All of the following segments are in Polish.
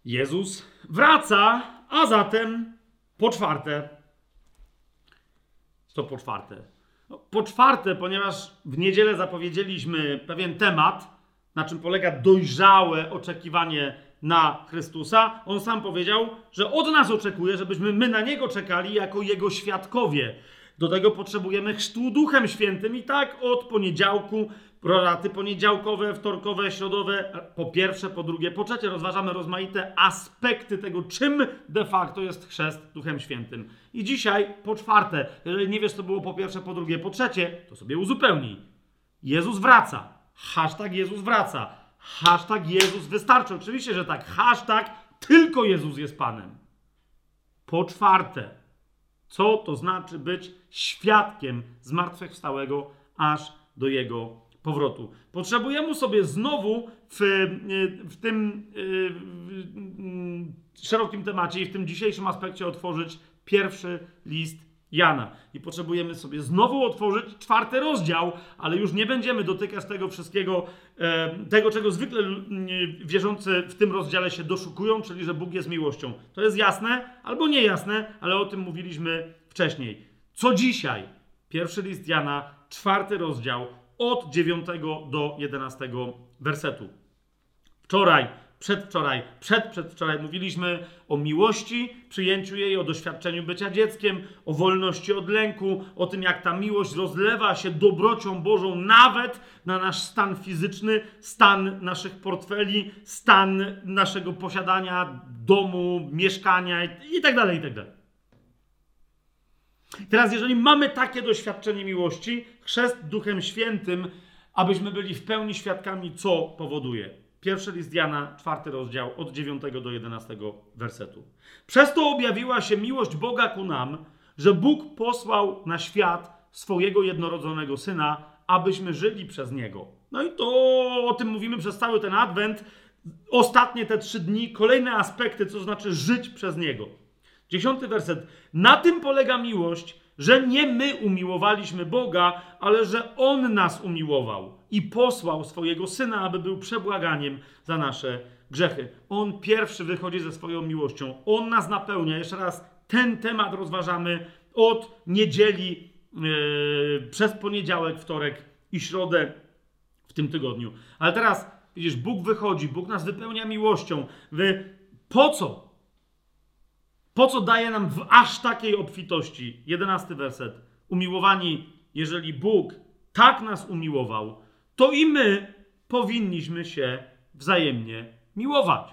Jezus wraca, a zatem po czwarte. Co po czwarte? No, po czwarte, ponieważ w niedzielę zapowiedzieliśmy pewien temat, na czym polega dojrzałe oczekiwanie na Chrystusa. On sam powiedział, że od nas oczekuje, żebyśmy my na Niego czekali jako Jego świadkowie. Do tego potrzebujemy chrztu Duchem Świętym i tak od poniedziałku, prolaty poniedziałkowe, wtorkowe, środowe, po pierwsze, po drugie, po trzecie rozważamy rozmaite aspekty tego, czym de facto jest chrzest Duchem Świętym. I dzisiaj po czwarte, jeżeli nie wiesz, co było po pierwsze, po drugie, po trzecie, to sobie uzupełnij. Jezus wraca. Hashtag Jezus wraca. Hashtag Jezus wystarczy. Oczywiście, że tak. Hashtag tylko Jezus jest Panem. Po czwarte, co to znaczy być świadkiem zmartwychwstałego aż do Jego powrotu? Potrzebujemy sobie znowu w tym szerokim temacie i w tym dzisiejszym aspekcie otworzyć pierwszy list Jana. I potrzebujemy sobie znowu otworzyć 4 rozdział, ale już nie będziemy dotykać tego wszystkiego, tego, czego zwykle wierzący w tym rozdziale się doszukują, czyli że Bóg jest miłością. To jest jasne albo niejasne, ale o tym mówiliśmy wcześniej. Co dzisiaj? Pierwszy list Jana, 4 rozdział, od 9 do 11 wersetu. Wczoraj, przedwczoraj mówiliśmy o miłości, przyjęciu jej, o doświadczeniu bycia dzieckiem, o wolności od lęku, o tym, jak ta miłość rozlewa się dobrocią Bożą nawet na nasz stan fizyczny, stan naszych portfeli, stan naszego posiadania domu, mieszkania itd., itd. Teraz, jeżeli mamy takie doświadczenie miłości, chrzest Duchem Świętym, abyśmy byli w pełni świadkami, co powoduje. Pierwszy list Jana, 4 rozdział, od 9 do 11 wersetu. Przez to objawiła się miłość Boga ku nam, że Bóg posłał na świat swojego jednorodzonego Syna, abyśmy żyli przez Niego. No i to o tym mówimy przez cały ten Adwent. Ostatnie te 3 dni, kolejne aspekty, co znaczy żyć przez Niego. 10 werset. Na tym polega miłość, że nie my umiłowaliśmy Boga, ale że On nas umiłował i posłał swojego Syna, aby był przebłaganiem za nasze grzechy. On pierwszy wychodzi ze swoją miłością. On nas napełnia. Jeszcze raz ten temat rozważamy od niedzieli przez poniedziałek, wtorek i środę w tym tygodniu. Ale teraz, widzisz, Bóg wychodzi, Bóg nas wypełnia miłością. Po co? Po co daje nam w aż takiej obfitości? 11 werset. Umiłowani, jeżeli Bóg tak nas umiłował, to i my powinniśmy się wzajemnie miłować.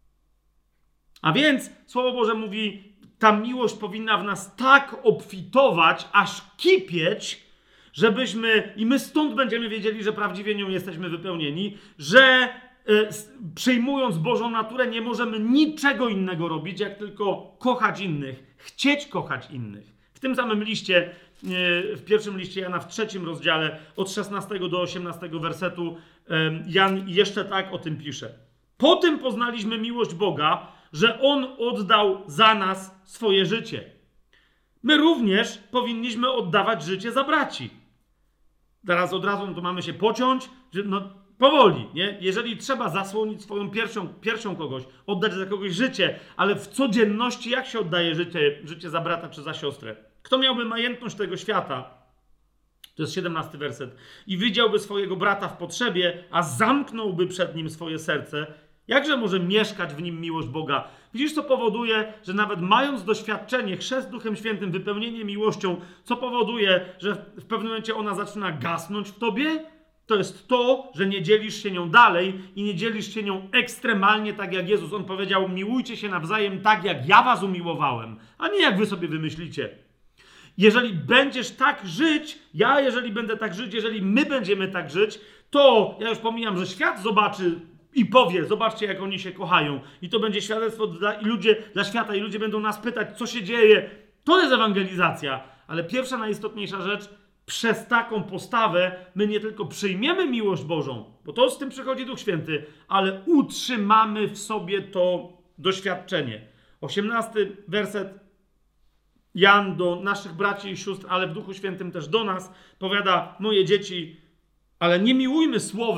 A więc Słowo Boże mówi, ta miłość powinna w nas tak obfitować, aż kipieć, żebyśmy, i my stąd będziemy wiedzieli, że prawdziwie nią jesteśmy wypełnieni, że przyjmując Bożą naturę, nie możemy niczego innego robić, jak tylko kochać innych, chcieć kochać innych. W tym samym liście, w pierwszym liście Jana, w 3 rozdziale, od 16 do 18 wersetu, Jan jeszcze tak o tym pisze. Po tym poznaliśmy miłość Boga, że On oddał za nas swoje życie. My również powinniśmy oddawać życie za braci. Teraz od razu to mamy się pociąć, że powoli, nie? Jeżeli trzeba zasłonić swoją piersią kogoś, oddać za kogoś życie, ale w codzienności jak się oddaje życie za brata czy za siostrę? Kto miałby majętność tego świata? To jest 17 werset. I widziałby swojego brata w potrzebie, a zamknąłby przed nim swoje serce. Jakże może mieszkać w nim miłość Boga? Widzisz, co powoduje, że nawet mając doświadczenie, chrzest Duchem Świętym, wypełnienie miłością, co powoduje, że w pewnym momencie ona zaczyna gasnąć w tobie? To jest to, że nie dzielisz się nią dalej i nie dzielisz się nią ekstremalnie tak jak Jezus. On powiedział, miłujcie się nawzajem tak, jak ja was umiłowałem, a nie jak wy sobie wymyślicie. Jeżeli będziesz tak żyć, jeżeli będę tak żyć, jeżeli my będziemy tak żyć, to ja już pomijam, że świat zobaczy i powie, zobaczcie, jak oni się kochają. I to będzie świadectwo dla świata i ludzie będą nas pytać, co się dzieje. To jest ewangelizacja. Ale pierwsza, najistotniejsza rzecz, przez taką postawę my nie tylko przyjmiemy miłość Bożą, bo to z tym przychodzi Duch Święty, ale utrzymamy w sobie to doświadczenie. 18 werset. Jan do naszych braci i sióstr, ale w Duchu Świętym też do nas, powiada, moje dzieci, ale nie miłujmy słowem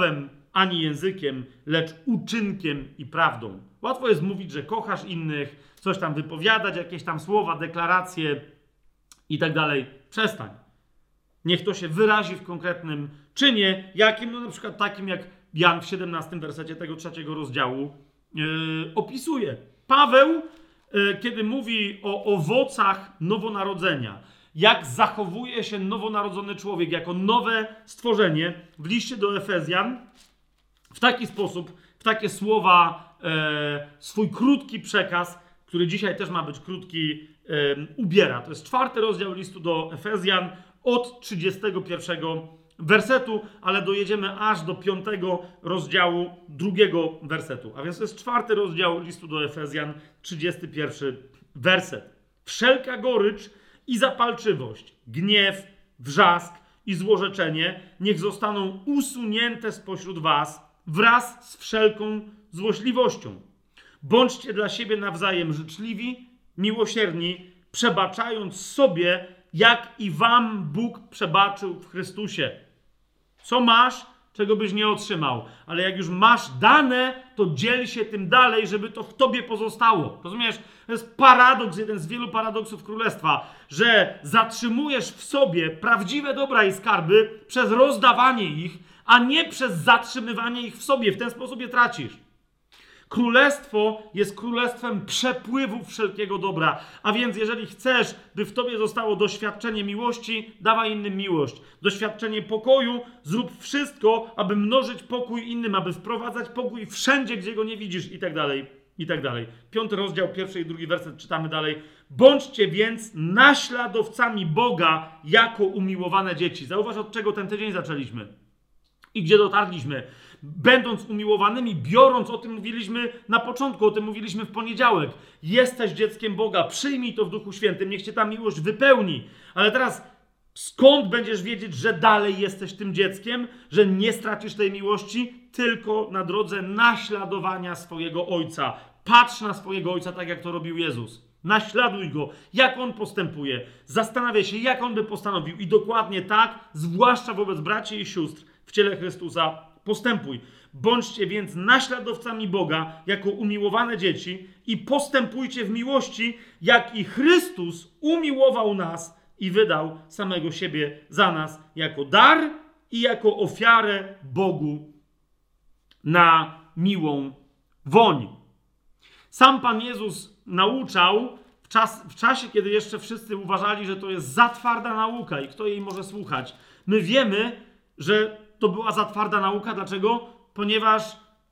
ani językiem, lecz uczynkiem i prawdą. Łatwo jest mówić, że kochasz innych, coś tam wypowiadać, jakieś tam słowa, deklaracje i tak dalej. Przestań. Niech to się wyrazi w konkretnym czynie, jakim, no na przykład takim, jak Jan w 17 wersecie tego 3 rozdziału opisuje. Paweł, kiedy mówi o owocach nowonarodzenia, jak zachowuje się nowonarodzony człowiek jako nowe stworzenie, w liście do Efezjan w taki sposób, w takie słowa swój krótki przekaz, który dzisiaj też ma być krótki, ubiera. To jest 4 rozdział listu do Efezjan od 31 wersetu, ale dojedziemy aż do 5 rozdziału 2 wersetu. A więc to jest 4 rozdział listu do Efezjan, 31 werset. Wszelka gorycz i zapalczywość, gniew, wrzask i złorzeczenie niech zostaną usunięte spośród was wraz z wszelką złośliwością. Bądźcie dla siebie nawzajem życzliwi, miłosierni, przebaczając sobie, jak i wam Bóg przebaczył w Chrystusie. Co masz, czego byś nie otrzymał. Ale jak już masz dane, to dziel się tym dalej, żeby to w tobie pozostało. Rozumiesz? To jest paradoks, jeden z wielu paradoksów Królestwa, że zatrzymujesz w sobie prawdziwe dobra i skarby przez rozdawanie ich, a nie przez zatrzymywanie ich w sobie. W ten sposób je tracisz. Królestwo jest królestwem przepływu wszelkiego dobra. A więc jeżeli chcesz, by w tobie zostało doświadczenie miłości, dawaj innym miłość. Doświadczenie pokoju, zrób wszystko, aby mnożyć pokój innym, aby wprowadzać pokój wszędzie, gdzie go nie widzisz i tak dalej, i tak dalej. 5 rozdział, 1 i 2 werset czytamy dalej. Bądźcie więc naśladowcami Boga jako umiłowane dzieci. Zauważ, od czego ten tydzień zaczęliśmy i gdzie dotarliśmy. Będąc umiłowanymi, biorąc, o tym mówiliśmy na początku, o tym mówiliśmy w poniedziałek. Jesteś dzieckiem Boga, przyjmij to w Duchu Świętym, niech cię ta miłość wypełni. Ale teraz skąd będziesz wiedzieć, że dalej jesteś tym dzieckiem, że nie stracisz tej miłości? Tylko na drodze naśladowania swojego Ojca. Patrz na swojego Ojca tak, jak to robił Jezus. Naśladuj Go, jak On postępuje. Zastanawiaj się, jak On by postanowił. I dokładnie tak, zwłaszcza wobec braci i sióstr w ciele Chrystusa, postępuj. Bądźcie więc naśladowcami Boga jako umiłowane dzieci i postępujcie w miłości, jak i Chrystus umiłował nas i wydał samego siebie za nas jako dar i jako ofiarę Bogu na miłą woń. Sam Pan Jezus nauczał w czasie, kiedy jeszcze wszyscy uważali, że to jest za twarda nauka i kto jej może słuchać. My wiemy, że to była za twarda nauka. Dlaczego? Ponieważ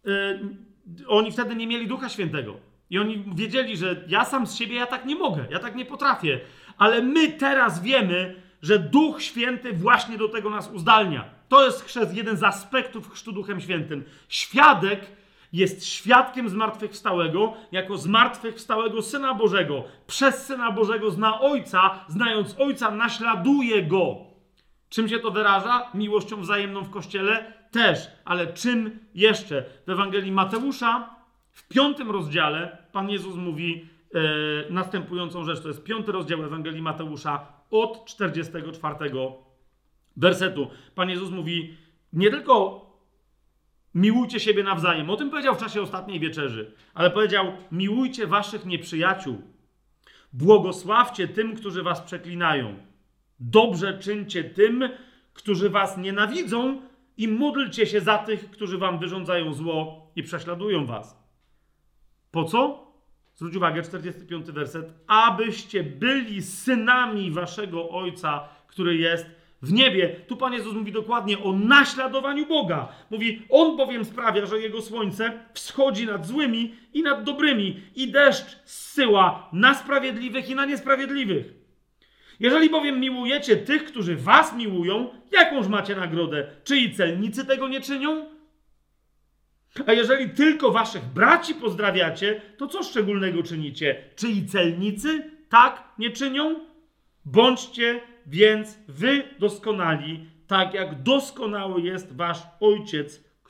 oni wtedy nie mieli Ducha Świętego. I oni wiedzieli, że ja sam z siebie, ja tak nie mogę, ja tak nie potrafię. Ale my teraz wiemy, że Duch Święty właśnie do tego nas uzdalnia. To jest chrzest, jeden z aspektów chrztu Duchem Świętym. Świadek jest świadkiem zmartwychwstałego, jako zmartwychwstałego Syna Bożego. Przez Syna Bożego zna Ojca, znając Ojca naśladuje Go. Czym się to wyraża? Miłością wzajemną w Kościele? Też. Ale czym jeszcze? W Ewangelii Mateusza, w 5 rozdziale, Pan Jezus mówi następującą rzecz. To jest 5 rozdział Ewangelii Mateusza od 44 wersetu. Pan Jezus mówi, nie tylko miłujcie siebie nawzajem. O tym powiedział w czasie ostatniej wieczerzy. Ale powiedział, miłujcie waszych nieprzyjaciół. Błogosławcie tym, którzy was przeklinają. Dobrze czyńcie tym, którzy was nienawidzą i módlcie się za tych, którzy wam wyrządzają zło i prześladują was. Po co? Zwróć uwagę, 45 werset. Abyście byli synami waszego Ojca, który jest w niebie. Tu Pan Jezus mówi dokładnie o naśladowaniu Boga. Mówi, On bowiem sprawia, że Jego słońce wschodzi nad złymi i nad dobrymi i deszcz zsyła na sprawiedliwych i na niesprawiedliwych. Jeżeli bowiem miłujecie tych, którzy was miłują, jakąż macie nagrodę? Czy i celnicy tego nie czynią? A jeżeli tylko waszych braci pozdrawiacie, to co szczególnego czynicie? Czy i celnicy tak nie czynią? Bądźcie więc wy doskonali, tak jak doskonały jest wasz Ojciec,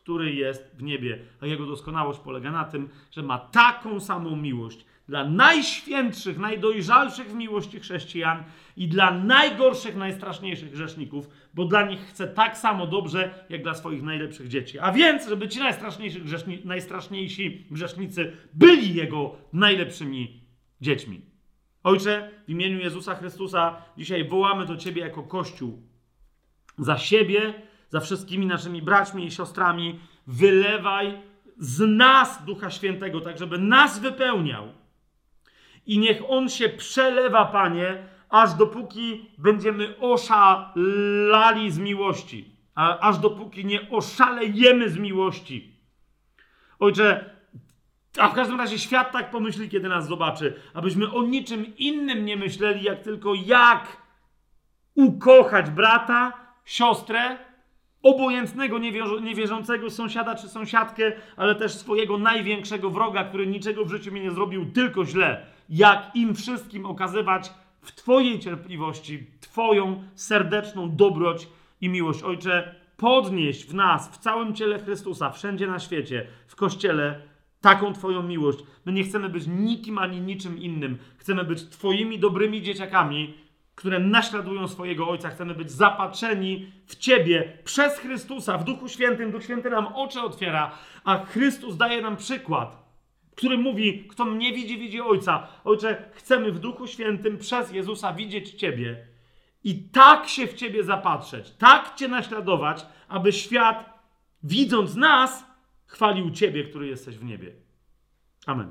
który jest w niebie. A Jego doskonałość polega na tym, że ma taką samą miłość dla najświętszych, najdojrzalszych w miłości chrześcijan i dla najgorszych, najstraszniejszych grzeszników, bo dla nich chce tak samo dobrze, jak dla swoich najlepszych dzieci. A więc, żeby ci najstraszniejsi grzesznicy byli Jego najlepszymi dziećmi. Ojcze, w imieniu Jezusa Chrystusa dzisiaj wołamy do Ciebie jako Kościół. Za siebie, za wszystkimi naszymi braćmi i siostrami, wylewaj z nas Ducha Świętego, tak żeby nas wypełniał. I niech On się przelewa, Panie, aż dopóki będziemy oszalali z miłości. Aż dopóki nie oszalejemy z miłości. Ojcze, a w każdym razie świat tak pomyśli, kiedy nas zobaczy, abyśmy o niczym innym nie myśleli, jak tylko jak ukochać brata, siostrę, obojętnego, niewierzącego sąsiada czy sąsiadkę, ale też swojego największego wroga, który niczego w życiu mi nie zrobił, tylko źle. Jak im wszystkim okazywać w Twojej cierpliwości Twoją serdeczną dobroć i miłość. Ojcze, podnieś w nas, w całym ciele Chrystusa, wszędzie na świecie, w Kościele, taką Twoją miłość. My nie chcemy być nikim ani niczym innym. Chcemy być Twoimi dobrymi dzieciakami, które naśladują swojego Ojca. Chcemy być zapatrzeni w Ciebie przez Chrystusa, w Duchu Świętym. Duch Święty nam oczy otwiera, a Chrystus daje nam przykład, który mówi, kto mnie widzi, widzi Ojca. Ojcze, chcemy w Duchu Świętym przez Jezusa widzieć Ciebie i tak się w Ciebie zapatrzeć, tak Cię naśladować, aby świat, widząc nas, chwalił Ciebie, który jesteś w niebie. Amen.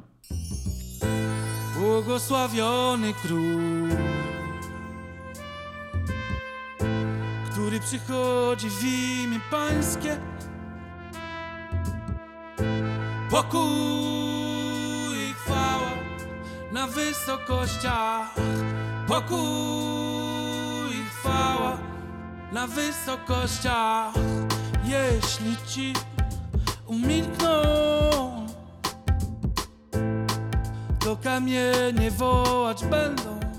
Błogosławiony Król, który przychodzi w imię Pańskie. Pokój i chwała na wysokościach. Pokój i chwała na wysokościach. Jeśli ci umilkną, to kamienie wołać będą.